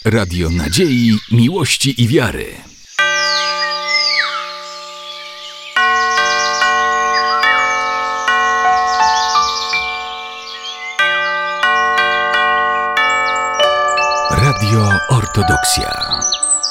Radio nadziei, miłości i wiary. Radio Ortodoksja.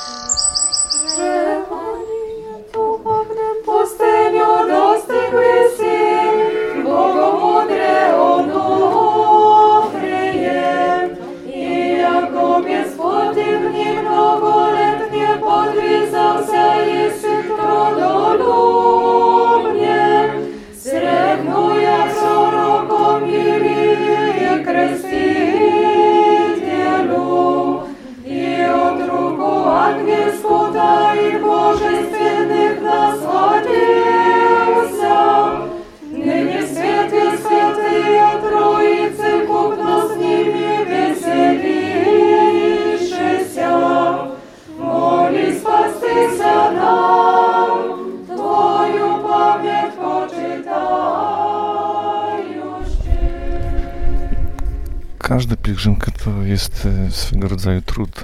Każda pielgrzymka to jest swego rodzaju trud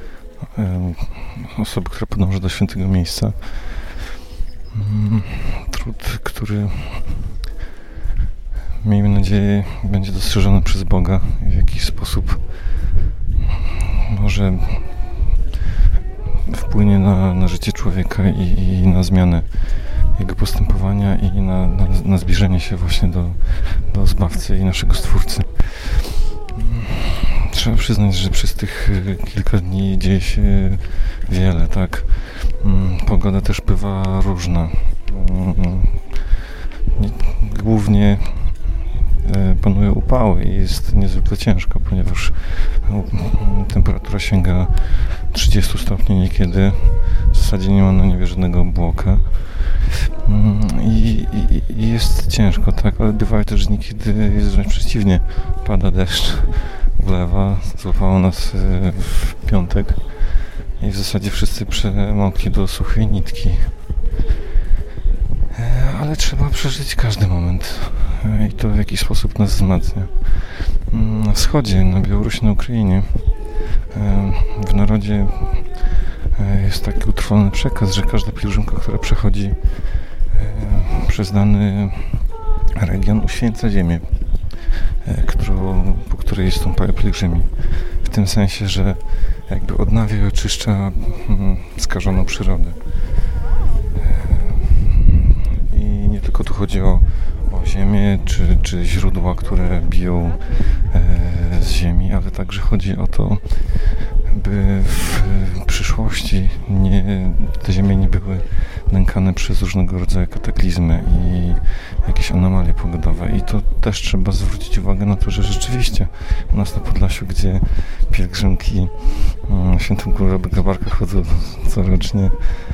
osoby, która podąża do świętego miejsca. Trud, który, miejmy nadzieję, będzie dostrzeżony przez Boga i w jakiś sposób może wpłynie na życie człowieka i na zmianę jego postępowania i na zbliżenie się właśnie do Zbawcy i naszego Stwórcy. Trzeba przyznać, że przez tych kilka dni dzieje się wiele, tak? Pogoda też bywa różna. Głównie panują upały i jest niezwykle ciężko, ponieważ temperatura sięga 30 stopni niekiedy. W zasadzie nie ma na niebie żadnego obłoka. I jest ciężko, tak? Ale bywają też dni, kiedy jest wręcz przeciwnie. Pada deszcz. Ulewa, złapało nas w piątek i w zasadzie wszyscy przemokli do suchej nitki. Ale trzeba przeżyć każdy moment i to w jakiś sposób nas wzmacnia. Na wschodzie, na Białorusi, na Ukrainie w narodzie jest taki utrwalony przekaz, że każda pielgrzymka, która przechodzi przez dany region, uświęca ziemię, po której stąpają pielgrzymi. W tym sensie, że jakby odnawia i oczyszcza skażoną przyrodę. I nie tylko tu chodzi o ziemię, czy źródła, które biją z ziemi, ale także chodzi o to, by w przyszłości te ziemie nie były nękane przez różnego rodzaju kataklizmy i jakieś anomalie pogodowe. I to też trzeba zwrócić uwagę na to, że rzeczywiście u nas na Podlasiu, gdzie pielgrzymki Świętą Górę Grabarka chodzą corocznie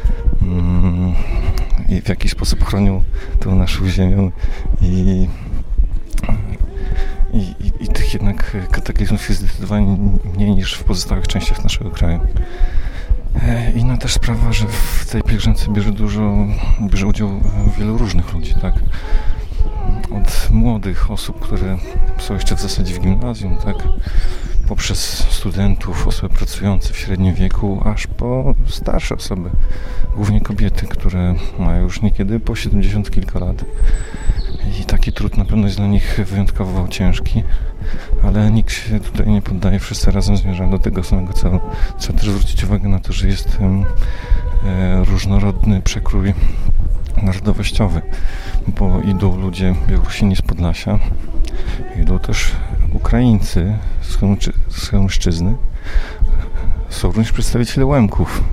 i w jakiś sposób chronią tą naszą ziemię i tych jednak kataklizmów jest zdecydowanie mniej niż w pozostałych częściach naszego kraju. Inna też sprawa, że w tej pielgrzymce bierze udział wielu różnych ludzi, tak? Od młodych osób, które są jeszcze w zasadzie w gimnazjum, tak? Poprzez studentów, osoby pracujące w średnim wieku, aż po starsze osoby, głównie kobiety, które mają już niekiedy po 70 kilka lat. I taki trud na pewno jest dla nich wyjątkowo ciężki, ale nikt się tutaj nie poddaje, wszyscy razem zmierzają do tego samego celu. Trzeba też zwrócić uwagę na to, że jest różnorodny przekrój narodowościowy, bo idą ludzie Białorusini z Podlasia, idą też Ukraińcy z Chełmszczyzny, są również przedstawiciele Łemków,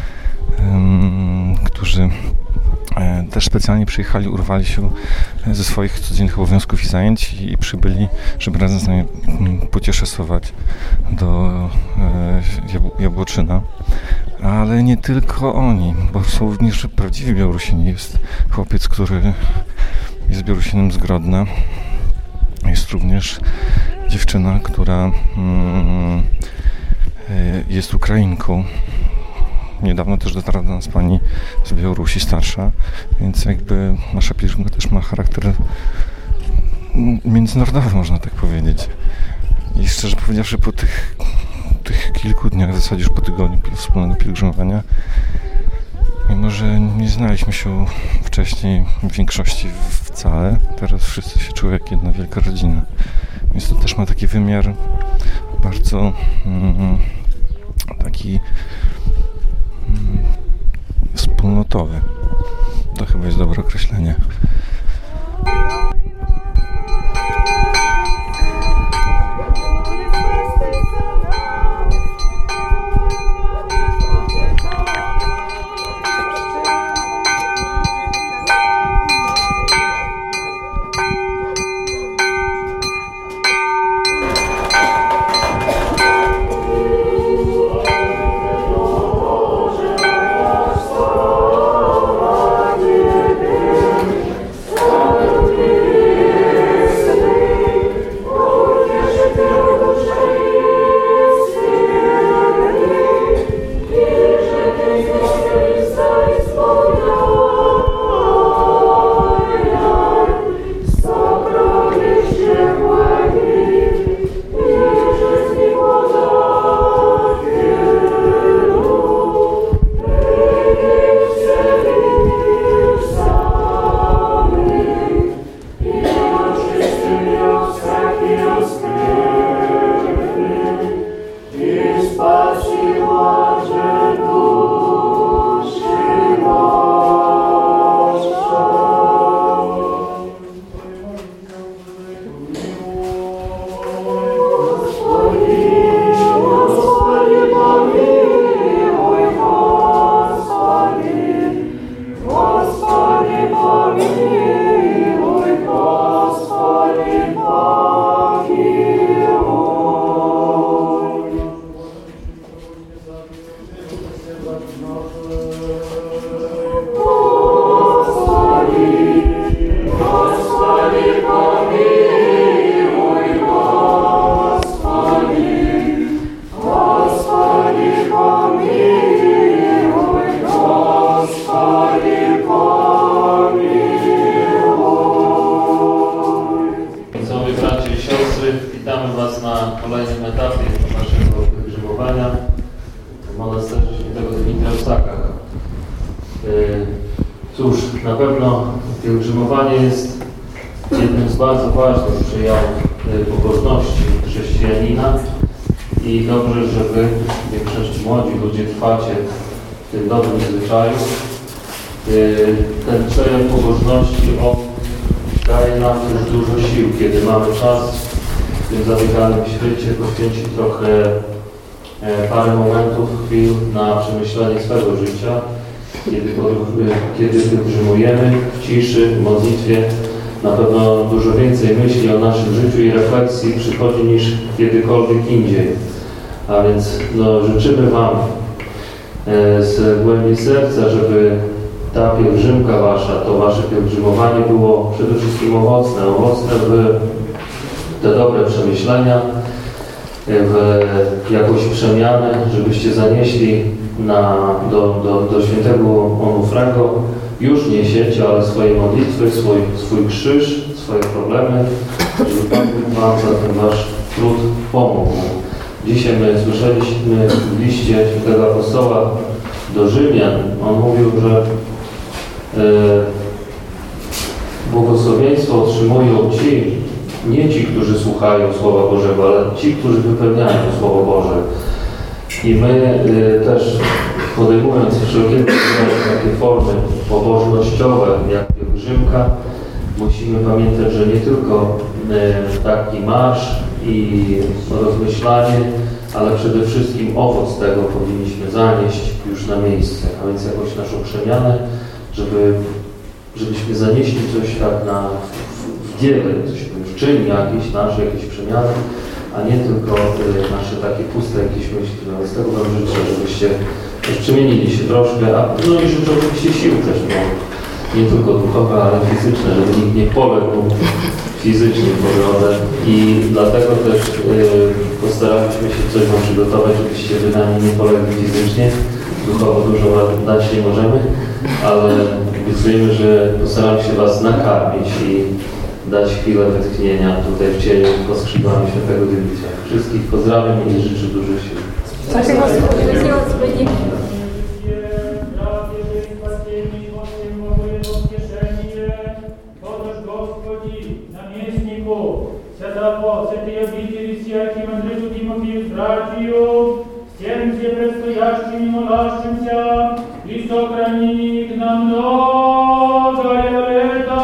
którzy też specjalnie przyjechali, urwali się ze swoich codziennych obowiązków i zajęć i przybyli, żeby razem z nami pocieszessować do Jabłoczyna. Ale nie tylko oni, bo są również prawdziwi Białorusini. Jest chłopiec, który jest Białorusinem z Grodna. Jest również dziewczyna, która jest Ukrainką. Niedawno też dotarła do nas pani z Białorusi, starsza, więc jakby nasza pielgrzymka też ma charakter międzynarodowy, można tak powiedzieć. I szczerze powiedziawszy, po tych tych kilku dniach, w zasadzie już po tygodniu wspólnego pielgrzymowania, mimo że nie znaliśmy się wcześniej w większości wcale, teraz wszyscy się czują jak jedna wielka rodzina. Więc to też ma taki wymiar bardzo taki wspólnotowy. To chyba jest dobre określenie. Witamy Was na kolejnym etapie naszego pielgrzymowania w monasterze Świętego Dmitra w Sakach. Cóż, na pewno pielgrzymowanie jest jednym z bardzo ważnych przejawów pobożności chrześcijanina i dobrze, że Wy, w większości młodzi ludzie, trwacie w tym dobrym zwyczaju. Ten przejaw pobożności daje nam też dużo sił, kiedy mamy czas w tym zabieganym świecie poświęcić trochę parę momentów, chwil na przemyślenie swego życia, kiedy pielgrzymujemy w ciszy, w modlitwie. Na pewno dużo więcej myśli o naszym życiu i refleksji przychodzi niż kiedykolwiek indziej. A więc życzymy Wam z głębi serca, żeby ta pielgrzymka Wasza, to Wasze pielgrzymowanie było przede wszystkim owocne w te dobre przemyślenia, w jakąś przemianę, żebyście zanieśli do świętego Onufrego. Już niesiecie, ale swoje modlitwy, swój krzyż, swoje problemy, żeby Pan Bóg Wam za ten Wasz trud pomógł. Dzisiaj my słyszeliśmy w liście świętego apostoła do Rzymian. On mówił, że błogosławieństwo otrzymują nie ci, którzy słuchają Słowa Bożego, ale ci, którzy wypełniają Słowo Boże. I my też podejmując wszelkiego rodzaju takie formy pobożnościowe, jak pielgrzymka, musimy pamiętać, że nie tylko taki marsz i rozmyślanie, ale przede wszystkim owoc tego powinniśmy zanieść już na miejsce, a więc jakąś naszą przemianę, żebyśmy zanieśli coś tak w dziele, w czyn jakiś nasz, jakieś przemiany, a nie tylko nasze takie puste jakieś myśli. No z tego Wam życzę, żebyście też przemienili się troszkę, i życzę oczywiście sił też, nie tylko duchowe, ale fizyczne, żeby nikt nie poległ fizycznie po drodze. I dlatego też postaraliśmy się coś Wam przygotować, żebyście Wy na nie polegli fizycznie. Duchowo dużo Wam dać nie możemy, ale obiecujemy, że postaramy się Was nakarmić i dać chwilę wytchnienia tutaj w cieniu pod skrzydłami Świętego Dziewicia. Wszystkich pozdrawiam i życzę dużo sił. Святые обители всяким Андрею Тимофею братью, всем, где предстоящим и молящимся, и сохрани к нам многое лето.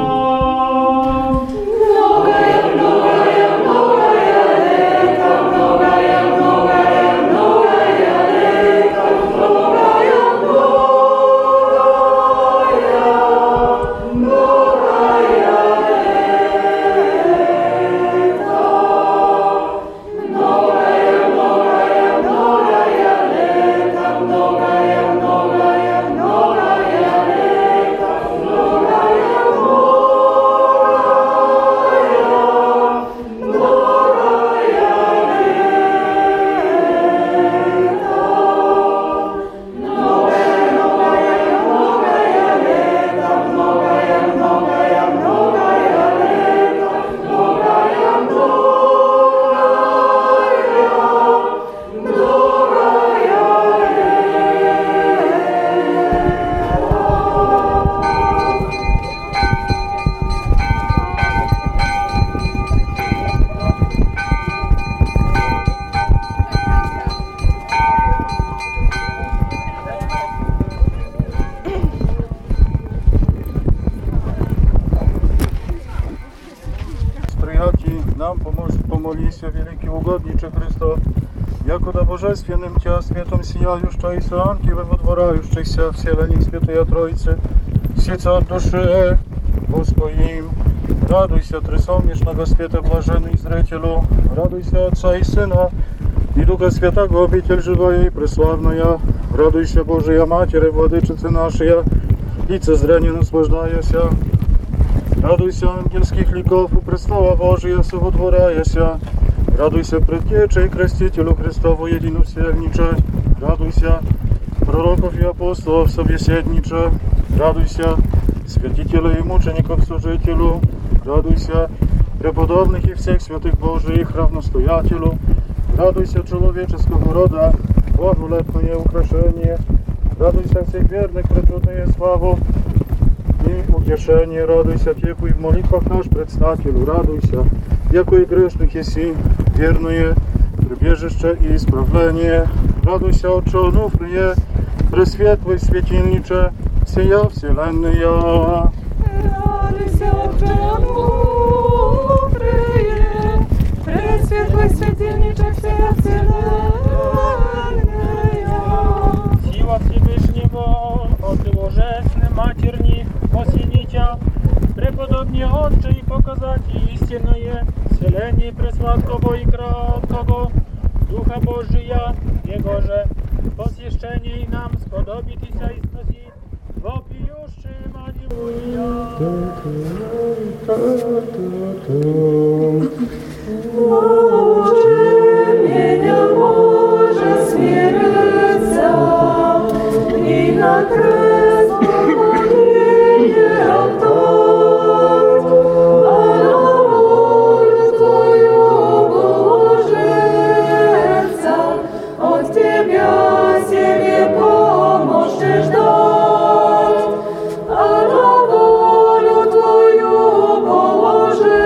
Нам помолися, великий угодниче Христо, яко да божественным Тя, светом сияющейся, ангелы водворающихся, вселенных Святая Троицы, сица от души, Господим, радуйся, тресолнечного света, блаженный зрителю, радуйся Отца и Сына, и Духа Святого, обитель живая и преславная, радуйся, Божия Матерь, Владычица нашая, лицезрение наслаждаяся, радуйся, ангельских ликов, у престола Божия соводворяяся, радуйся, предтече и крестителю Христову единосельниче, радуйся, пророков и апостолов собеседниче, радуйся, святителя и мучеников служителю, радуйся, преподобных и всех святых Божиих равностоятелю, радуйся, человеческого рода, благолепное украшение, радуйся всех верных, пречудные славу и утешение, радуйся, теплый в молитвах наш предстателю, радуйся, яко и грешных еси, верное прибежище и исправление, радуйся, Отче онуфрие, пресветлый светильниче, сия вселенная. Радуйся, Отче онуфрие, пресветлый светильниче, сия вселенная. Сила Всевышнего, от ложесны матерни, осенитя, преподобнее Отче и показать истинное, вселение пресладкого и краткого, Духа Божия, Его же, посвящение нам сподобитися и сносить, вопиющим аллилуйя. Научи меня, Боже, смириться и на крест поклонение отдать, а на волю Твою положиться, от Тебя себе помощи ждать, а на волю Твою положиться.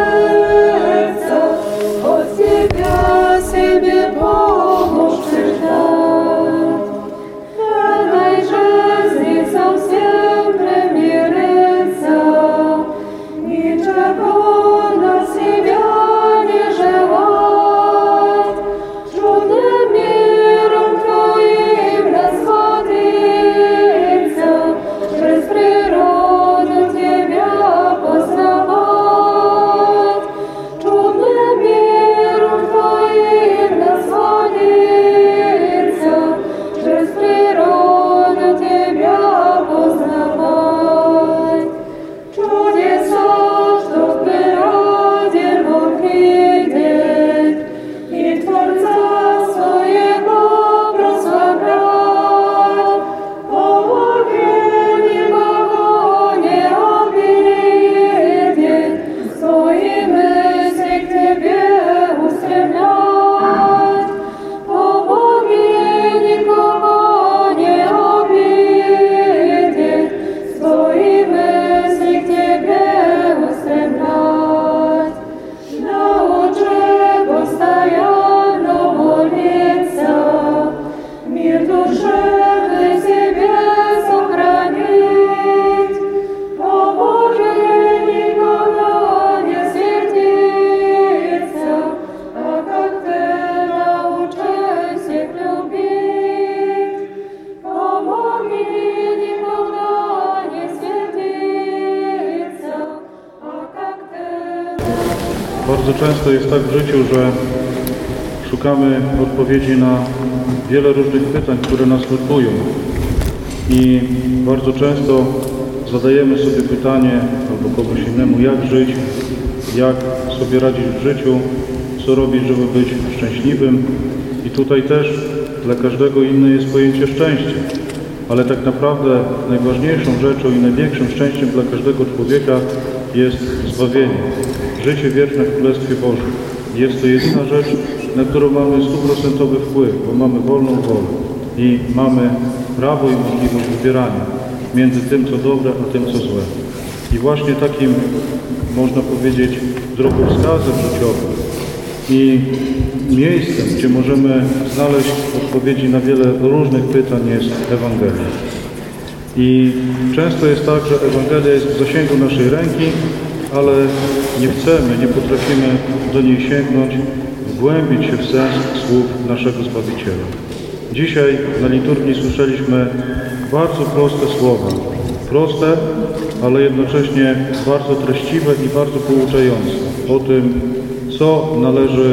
Bardzo często jest tak w życiu, że szukamy odpowiedzi na wiele różnych pytań, które nas nurtują. I bardzo często zadajemy sobie pytanie albo komuś innemu, jak żyć, jak sobie radzić w życiu, co robić, żeby być szczęśliwym. I tutaj też dla każdego inne jest pojęcie szczęścia. Ale tak naprawdę najważniejszą rzeczą i największym szczęściem dla każdego człowieka jest zbawienie. Życie wieczne w Królestwie Bożym. Jest to jedyna rzecz, na którą mamy 100% wpływ, bo mamy wolną wolę i mamy prawo i możliwość wybierania między tym, co dobre, a tym, co złe. I właśnie takim, można powiedzieć, drogowskazem życiowym i miejscem, gdzie możemy znaleźć odpowiedzi na wiele różnych pytań, jest Ewangelia. I często jest tak, że Ewangelia jest w zasięgu naszej ręki, ale nie chcemy, nie potrafimy do niej sięgnąć, wgłębić się w sens słów naszego Zbawiciela. Dzisiaj na liturgii słyszeliśmy bardzo proste słowa. Proste, ale jednocześnie bardzo treściwe i bardzo pouczające o tym, co należy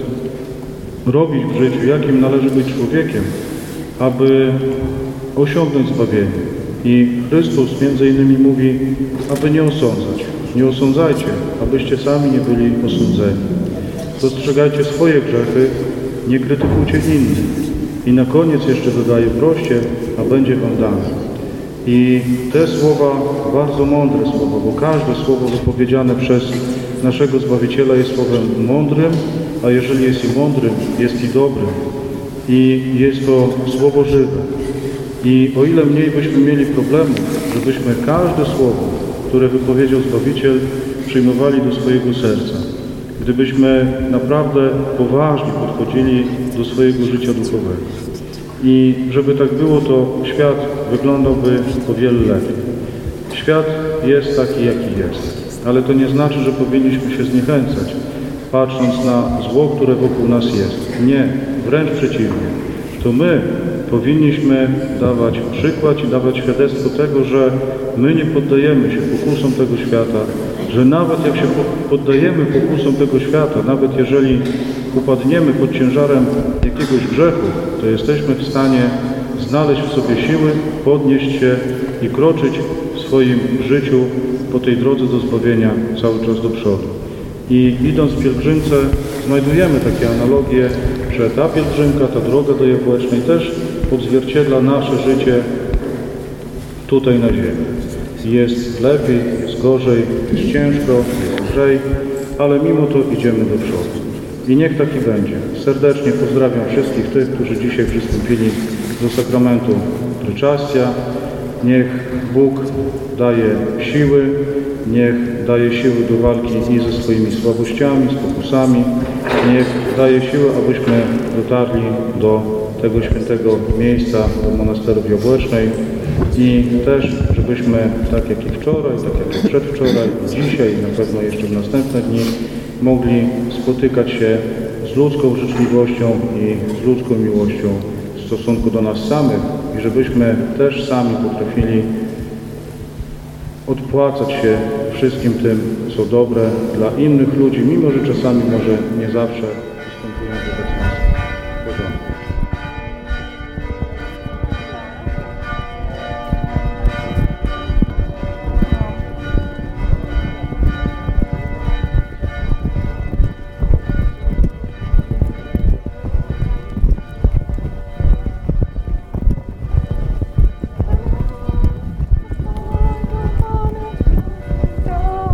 robić w życiu, jakim należy być człowiekiem, aby osiągnąć zbawienie. I Chrystus między innymi mówi, aby nie osądzać. Nie osądzajcie, abyście sami nie byli osądzeni. Dostrzegajcie swoje grzechy, nie krytykujcie innych. I na koniec jeszcze dodaje, proście, a będzie wam dane. I te słowa, bardzo mądre słowa, bo każde słowo wypowiedziane przez naszego Zbawiciela jest słowem mądrym, a jeżeli jest i mądrym, jest i dobrym. I jest to słowo żywe. I o ile mniej byśmy mieli problemów, żebyśmy każde słowo, które wypowiedział Zbawiciel, przyjmowali do swojego serca. Gdybyśmy naprawdę poważnie podchodzili do swojego życia duchowego. I żeby tak było, to świat wyglądałby o wiele lepiej. Świat jest taki, jaki jest. Ale to nie znaczy, że powinniśmy się zniechęcać, patrząc na zło, które wokół nas jest. Nie, wręcz przeciwnie. To my powinniśmy dawać przykład i dawać świadectwo tego, że my nie poddajemy się pokusom tego świata, że nawet jak się poddajemy pokusom tego świata, nawet jeżeli upadniemy pod ciężarem jakiegoś grzechu, to jesteśmy w stanie znaleźć w sobie siły, podnieść się i kroczyć w swoim życiu po tej drodze do zbawienia cały czas do przodu. I idąc w pielgrzymce znajdujemy takie analogie, że ta pielgrzymka, ta droga do Jabłecznej też odzwierciedla nasze życie tutaj na ziemi. Jest lepiej, jest gorzej, jest ciężko, jest lżej, ale mimo to idziemy do przodu. I niech taki będzie. Serdecznie pozdrawiam wszystkich tych, którzy dzisiaj przystąpili do sakramentu pryczastia. Niech Bóg daje siły, niech daje siły do walki i ze swoimi słabościami, z pokusami. Niech daje siły, abyśmy dotarli do tego świętego miejsca, do monasteru w Jabłecznej i też, żebyśmy tak jak i wczoraj, tak jak i przedwczoraj, dzisiaj i na pewno jeszcze w następne dni mogli spotykać się z ludzką życzliwością i z ludzką miłością w stosunku do nas samych i żebyśmy też sami potrafili odpłacać się wszystkim tym, co dobre dla innych ludzi, mimo że czasami może nie zawsze występują wobec nas w porządku.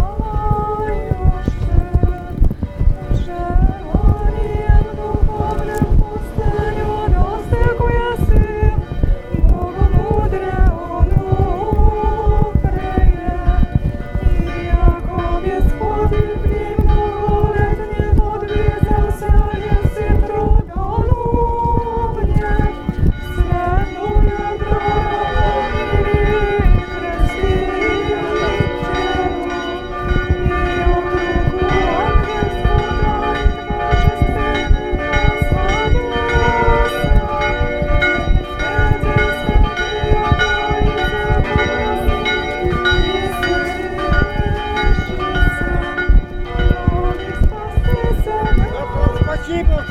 Że on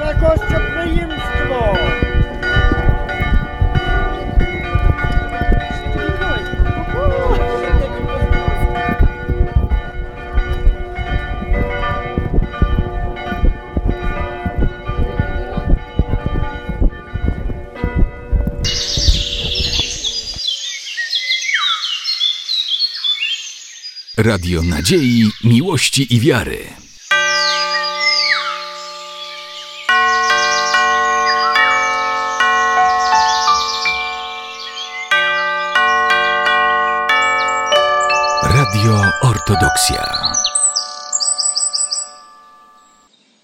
na gościopryjemstwo. Radio nadziei, miłości i wiary. Radio Ortodoksja.